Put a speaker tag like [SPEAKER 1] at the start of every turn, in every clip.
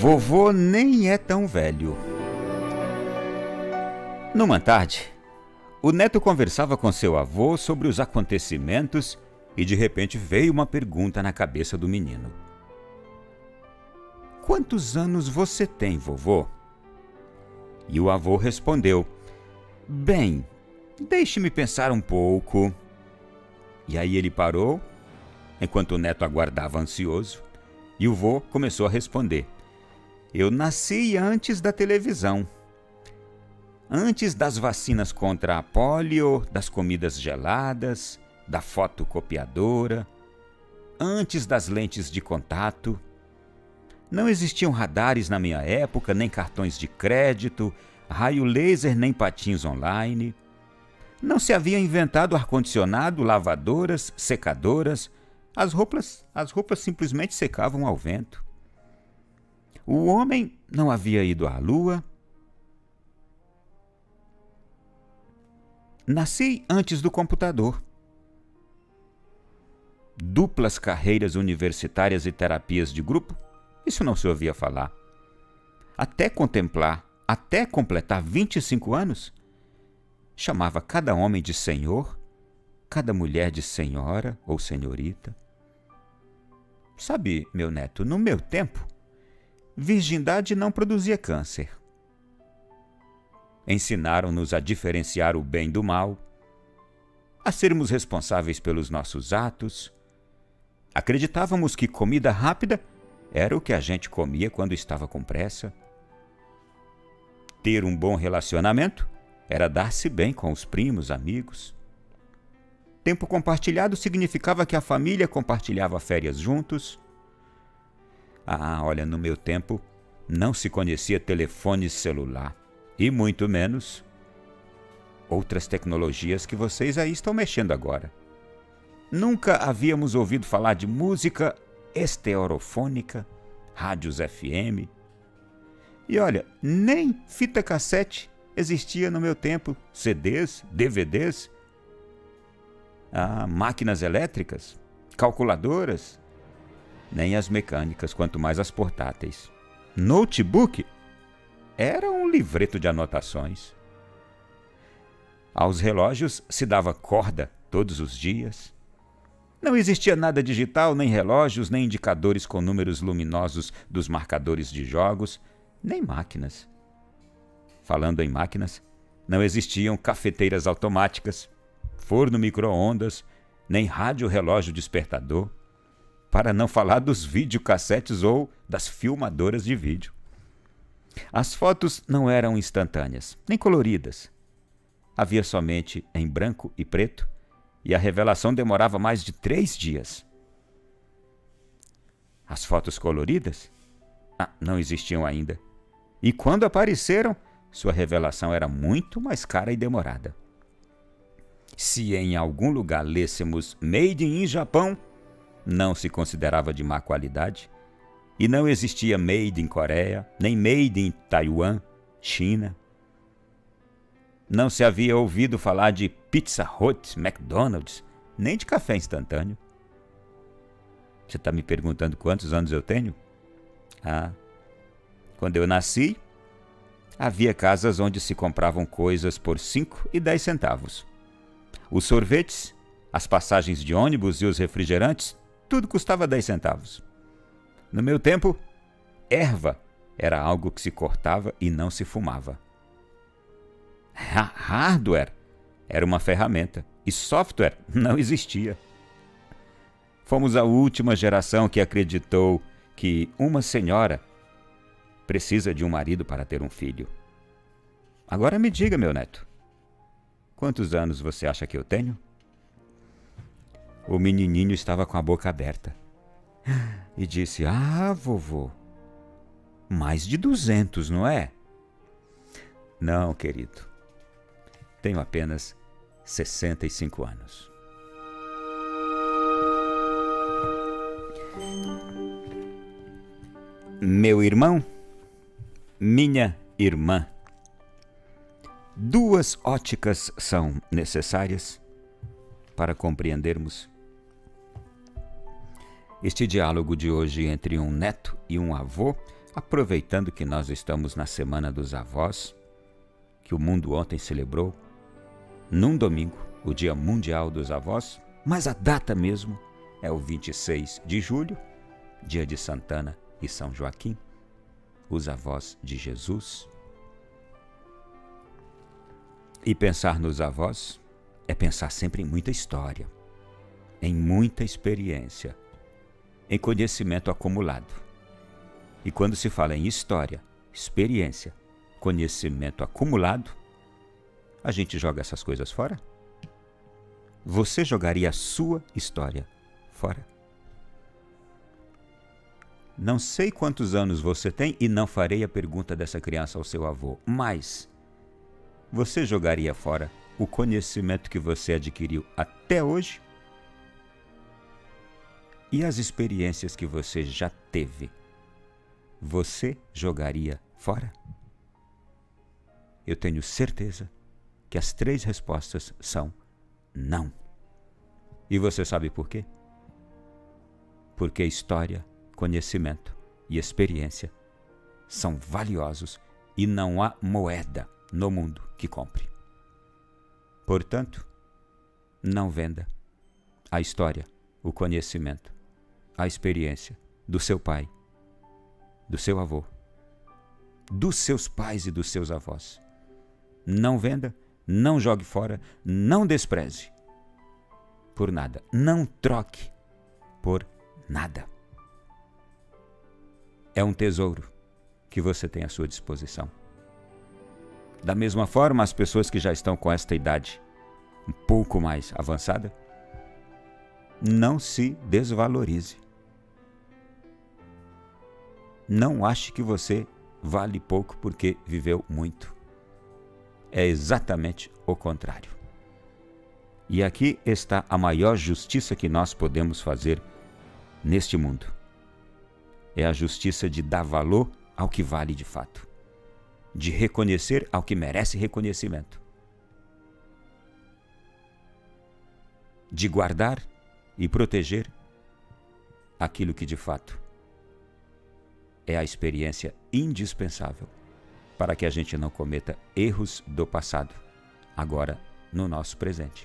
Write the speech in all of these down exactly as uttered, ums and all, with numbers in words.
[SPEAKER 1] Vovô nem é tão velho. Numa tarde, o neto conversava com seu avô sobre os acontecimentos e de repente veio uma pergunta na cabeça do menino. Quantos anos você tem, vovô? E o avô respondeu, bem, deixe-me pensar um pouco. E aí ele parou, enquanto o neto aguardava ansioso, e o vô começou a responder. Eu nasci antes da televisão, antes das vacinas contra a polio, das comidas geladas, da fotocopiadora, antes das lentes de contato. Não existiam radares na minha época, nem cartões de crédito, raio laser, nem patins online. Não se havia inventado ar-condicionado, lavadoras, secadoras. As roupas, as roupas simplesmente secavam ao vento. O homem não havia ido à lua. Nasci antes do computador. Duplas carreiras universitárias e terapias de grupo? Isso não se ouvia falar. Até contemplar, até completar vinte e cinco anos, chamava cada homem de senhor, cada mulher de senhora ou senhorita. Sabe, meu neto, no meu tempo, virgindade não produzia câncer. Ensinaram-nos a diferenciar o bem do mal, a sermos responsáveis pelos nossos atos. Acreditávamos que comida rápida era o que a gente comia quando estava com pressa. Ter um bom relacionamento era dar-se bem com os primos, amigos. Tempo compartilhado significava que a família compartilhava férias juntos. Ah, olha, no meu tempo não se conhecia telefone celular e muito menos outras tecnologias que vocês aí estão mexendo agora. Nunca havíamos ouvido falar de música estereofônica, rádios F M. E olha, nem fita cassete existia no meu tempo, C Ds, D V Ds, ah, máquinas elétricas, calculadoras, nem as mecânicas, quanto mais as portáteis. Notebook era um livreto de anotações. Aos relógios se dava corda todos os dias. Não existia nada digital, nem relógios, nem indicadores com números luminosos dos marcadores de jogos, nem máquinas. Falando em máquinas, não existiam cafeteiras automáticas, forno micro-ondas, nem rádio-relógio despertador, para não falar dos videocassetes ou das filmadoras de vídeo. As fotos não eram instantâneas, nem coloridas. Havia somente em branco e preto, e a revelação demorava mais de três dias. As fotos coloridas? Ah, não existiam ainda. E quando apareceram, sua revelação era muito mais cara e demorada. Se em algum lugar lêssemos Made in Japão, não se considerava de má qualidade, e não existia Made in Coreia, nem Made in Taiwan, China. Não se havia ouvido falar de Pizza Hut, McDonald's, nem de café instantâneo. Você está me perguntando quantos anos eu tenho? Ah, quando eu nasci, havia casas onde se compravam coisas por cinco e dez centavos. Os sorvetes, as passagens de ônibus e os refrigerantes, tudo custava dez centavos. No meu tempo, erva era algo que se cortava e não se fumava. Ha- hardware era uma ferramenta e software não existia. Fomos a última geração que acreditou que uma senhora precisa de um marido para ter um filho. Agora me diga, meu neto, quantos anos você acha que eu tenho? O menininho estava com a boca aberta e disse, ah, vovô, mais de duzentos, não é? Não, querido, tenho apenas sessenta e cinco anos. Meu irmão, minha irmã. Duas óticas são necessárias para compreendermos este diálogo de hoje entre um neto e um avô aproveitando que nós estamos na Semana dos Avós, que o mundo ontem celebrou, num domingo, o Dia Mundial dos Avós, mas a data mesmo é o vinte e seis de julho, dia de Santana e São Joaquim, os avós de Jesus. E pensar nos avós é pensar sempre em muita história, em muita experiência, em conhecimento acumulado. E quando se fala em história, experiência, conhecimento acumulado, a gente joga essas coisas fora? Você jogaria a sua história fora? Não sei quantos anos você tem e não farei a pergunta dessa criança ao seu avô, mas você jogaria fora o conhecimento que você adquiriu até hoje? E as experiências que você já teve, você jogaria fora? Eu tenho certeza que as três respostas são não. E você sabe por quê? Porque história, conhecimento e experiência são valiosos e não há moeda no mundo que compre. Portanto, não venda a história, o conhecimento, a experiência do seu pai, do seu avô, dos seus pais e dos seus avós. Não venda, não jogue fora, não despreze por nada. Não troque por nada. É um tesouro que você tem à sua disposição. Da mesma forma, as pessoas que já estão com esta idade um pouco mais avançada, não se desvalorize. Não ache que você vale pouco porque viveu muito. É exatamente o contrário. E aqui está a maior justiça que nós podemos fazer neste mundo. É a justiça de dar valor ao que vale de fato, de reconhecer ao que merece reconhecimento, de guardar e proteger aquilo que de fato é a experiência indispensável para que a gente não cometa erros do passado, agora no nosso presente.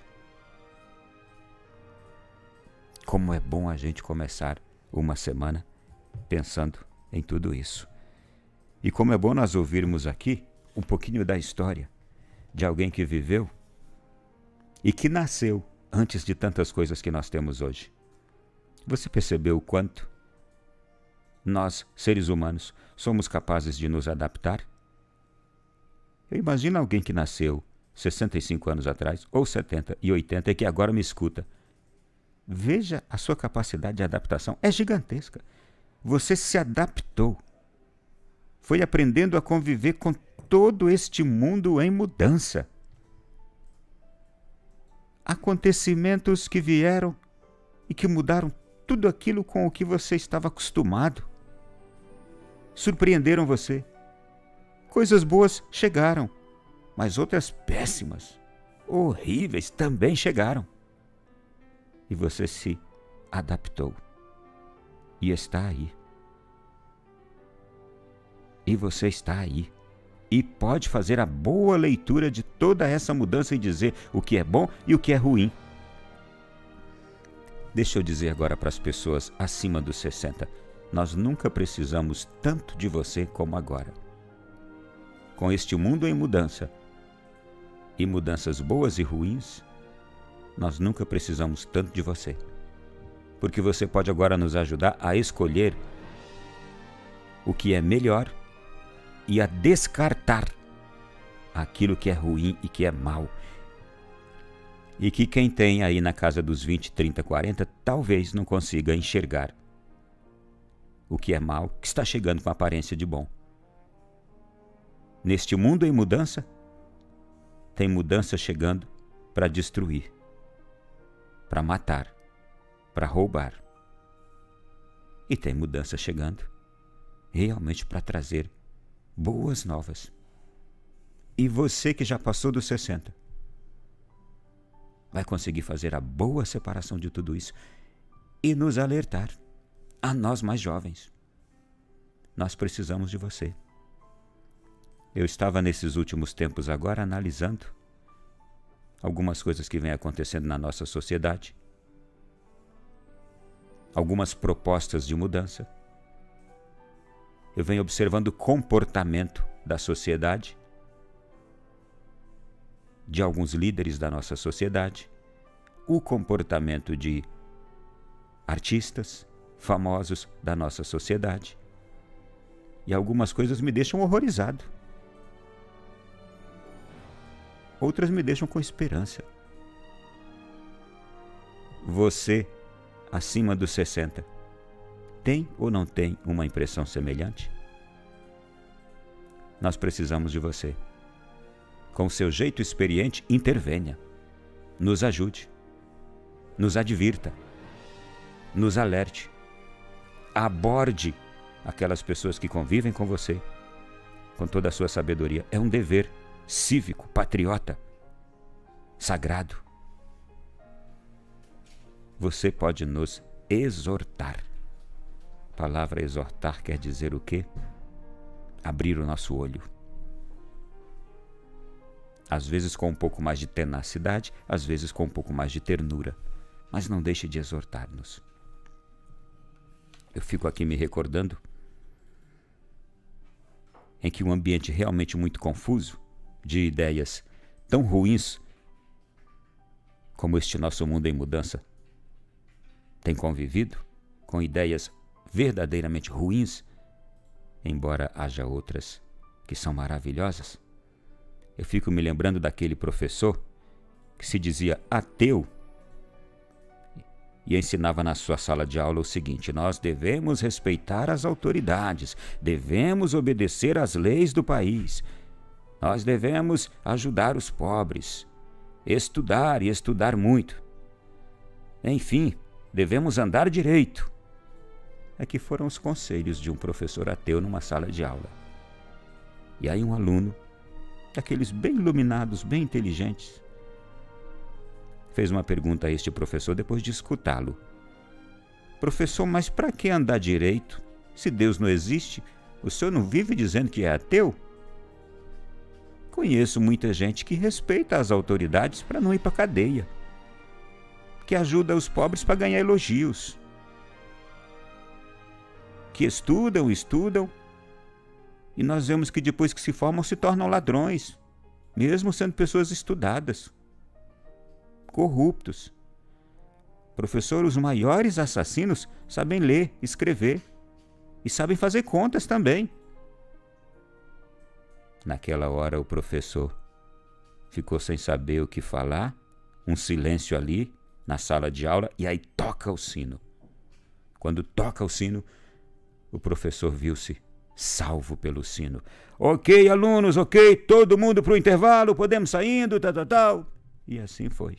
[SPEAKER 1] Como é bom a gente começar uma semana pensando em tudo isso. E como é bom nós ouvirmos aqui um pouquinho da história de alguém que viveu e que nasceu antes de tantas coisas que nós temos hoje. Você percebeu o quanto nós, seres humanos, somos capazes de nos adaptar? Eu imagino alguém que nasceu sessenta e cinco anos atrás, ou setenta e oitenta, e que agora me escuta. Veja a sua capacidade de adaptação, é gigantesca. Você se adaptou. Foi aprendendo a conviver com todo este mundo em mudança. Acontecimentos que vieram e que mudaram tudo aquilo com o que você estava acostumado. Surpreenderam você. Coisas boas chegaram, mas outras péssimas, horríveis também chegaram. E você se adaptou. E está aí. E você está aí. E pode fazer a boa leitura de toda essa mudança e dizer o que é bom e o que é ruim. Deixa eu dizer agora para as pessoas acima dos sessenta. Nós nunca precisamos tanto de você como agora. Com este mundo em mudança, e mudanças boas e ruins, nós nunca precisamos tanto de você. Porque você pode agora nos ajudar a escolher o que é melhor e a descartar aquilo que é ruim e que é mal. E que quem tem aí na casa dos vinte, trinta, quarenta, talvez não consiga enxergar o que é mal, que está chegando com aparência de bom. Neste mundo em mudança, tem mudança chegando para destruir, para matar, para roubar. E tem mudança chegando realmente para trazer boas novas. E você que já passou dos sessenta, vai conseguir fazer a boa separação de tudo isso e nos alertar, a nós mais jovens. nós precisamos de você. Eu estava nesses últimos tempos agora analisando algumas coisas que vêm acontecendo na nossa sociedade, algumas propostas de mudança. Eu venho observando o comportamento da sociedade, de alguns líderes da nossa sociedade, o comportamento de artistas famosos da nossa sociedade. E algumas coisas me deixam horrorizado. Outras me deixam com esperança. Você, acima dos sessenta, tem ou não tem uma impressão semelhante? Nós precisamos de você. Com seu jeito experiente, intervenha. Nos ajude. Nos advirta. Nos alerte. Aborde aquelas pessoas que convivem com você com toda a sua sabedoria. É um dever cívico, patriota, sagrado. Você pode nos exortar. A palavra exortar quer dizer o quê? Abrir o nosso olho. Às vezes com um pouco mais de tenacidade, às vezes com um pouco mais de ternura. Mas não deixe de exortar-nos. Eu fico aqui me recordando em que um ambiente realmente muito confuso, de ideias tão ruins como este nosso mundo em mudança tem convivido, com ideias verdadeiramente ruins, embora haja outras que são maravilhosas. Eu fico me lembrando daquele professor que se dizia ateu e ensinava na sua sala de aula o seguinte: nós devemos respeitar as autoridades, devemos obedecer às leis do país, nós devemos ajudar os pobres, estudar e estudar muito. Enfim, devemos andar direito. É que foram os conselhos de um professor ateu numa sala de aula. E aí um aluno, daqueles bem iluminados, bem inteligentes, fez uma pergunta a este professor depois de escutá-lo. Professor, mas para que andar direito? Se Deus não existe, o senhor não vive dizendo que é ateu? Conheço muita gente que respeita as autoridades para não ir para a cadeia, que ajuda os pobres para ganhar elogios, que estudam, estudam, e nós vemos que depois que se formam se tornam ladrões, mesmo sendo pessoas estudadas, corruptos. Professor, os maiores assassinos sabem ler, escrever e sabem fazer contas também. Naquela hora o professor ficou sem saber o que falar, um silêncio ali na sala de aula, e aí toca o sino. Quando toca o sino, o professor viu-se salvo pelo sino. Ok, alunos, ok, todo mundo para o intervalo, podemos saindo, tal, tal, tal. E assim foi.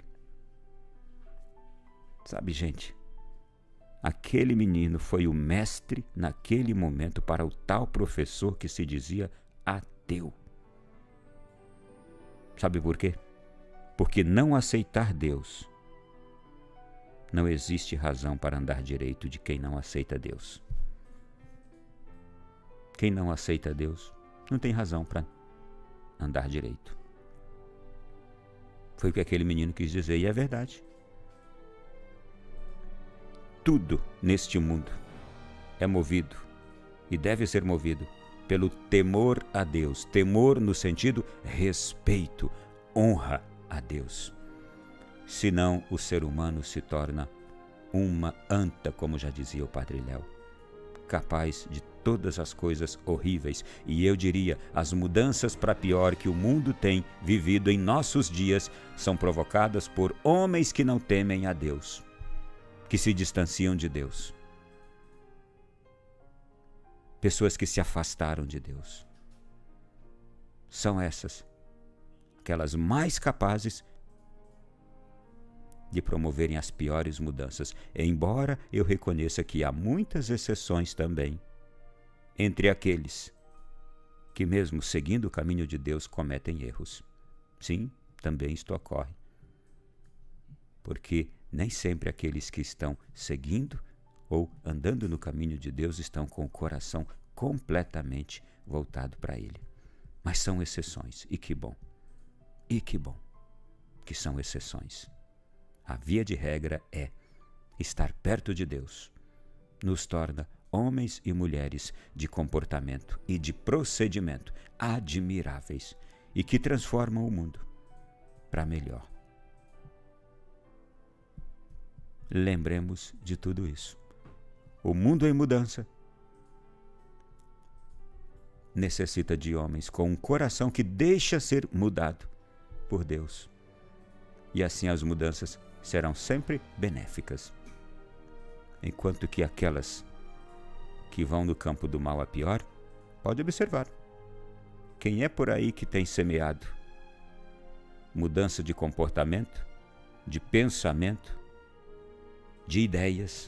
[SPEAKER 1] Sabe, gente, aquele menino foi o mestre naquele momento para o tal professor que se dizia ateu. Sabe por quê? Porque não aceitar Deus, não existe razão para andar direito de quem não aceita Deus. Quem não aceita Deus não tem razão para andar direito. Foi o que aquele menino quis dizer, e é verdade. Tudo neste mundo é movido e deve ser movido pelo temor a Deus. Temor no sentido respeito, honra a Deus. Senão o ser humano se torna uma anta, como já dizia o Padre Léo, capaz de todas as coisas horríveis. E eu diria, as mudanças para pior que o mundo tem vivido em nossos dias são provocadas por homens que não temem a Deus, que se distanciam de Deus. Pessoas que se afastaram de Deus. São essas, aquelas mais capazes de promoverem as piores mudanças, embora eu reconheça que há muitas exceções também entre aqueles que, mesmo seguindo o caminho de Deus, cometem erros. Sim, também isto ocorre. Porque nem sempre aqueles que estão seguindo ou andando no caminho de Deus estão com o coração completamente voltado para Ele. Mas são exceções, e que bom, e que bom que são exceções. A via de regra é estar perto de Deus. Nos torna homens e mulheres de comportamento e de procedimento admiráveis e que transformam o mundo para melhor. Lembremos de tudo isso. O mundo em mudança necessita de homens com um coração que deixa ser mudado por Deus. E assim as mudanças serão sempre benéficas. Enquanto que aquelas que vão no campo do mal a pior, pode observar. Quem é por aí que tem semeado mudança de comportamento, de pensamento, de ideias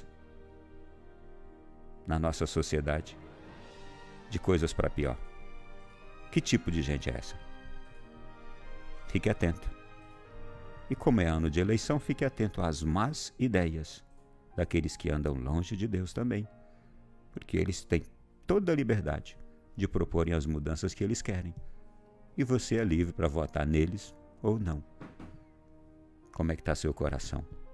[SPEAKER 1] na nossa sociedade, de coisas para pior? Que tipo de gente é essa? Fique atento. E como é ano de eleição, fique atento às más ideias daqueles que andam longe de Deus também, porque eles têm toda a liberdade de proporem as mudanças que eles querem. E você é livre para votar neles ou não. Como é que está seu coração?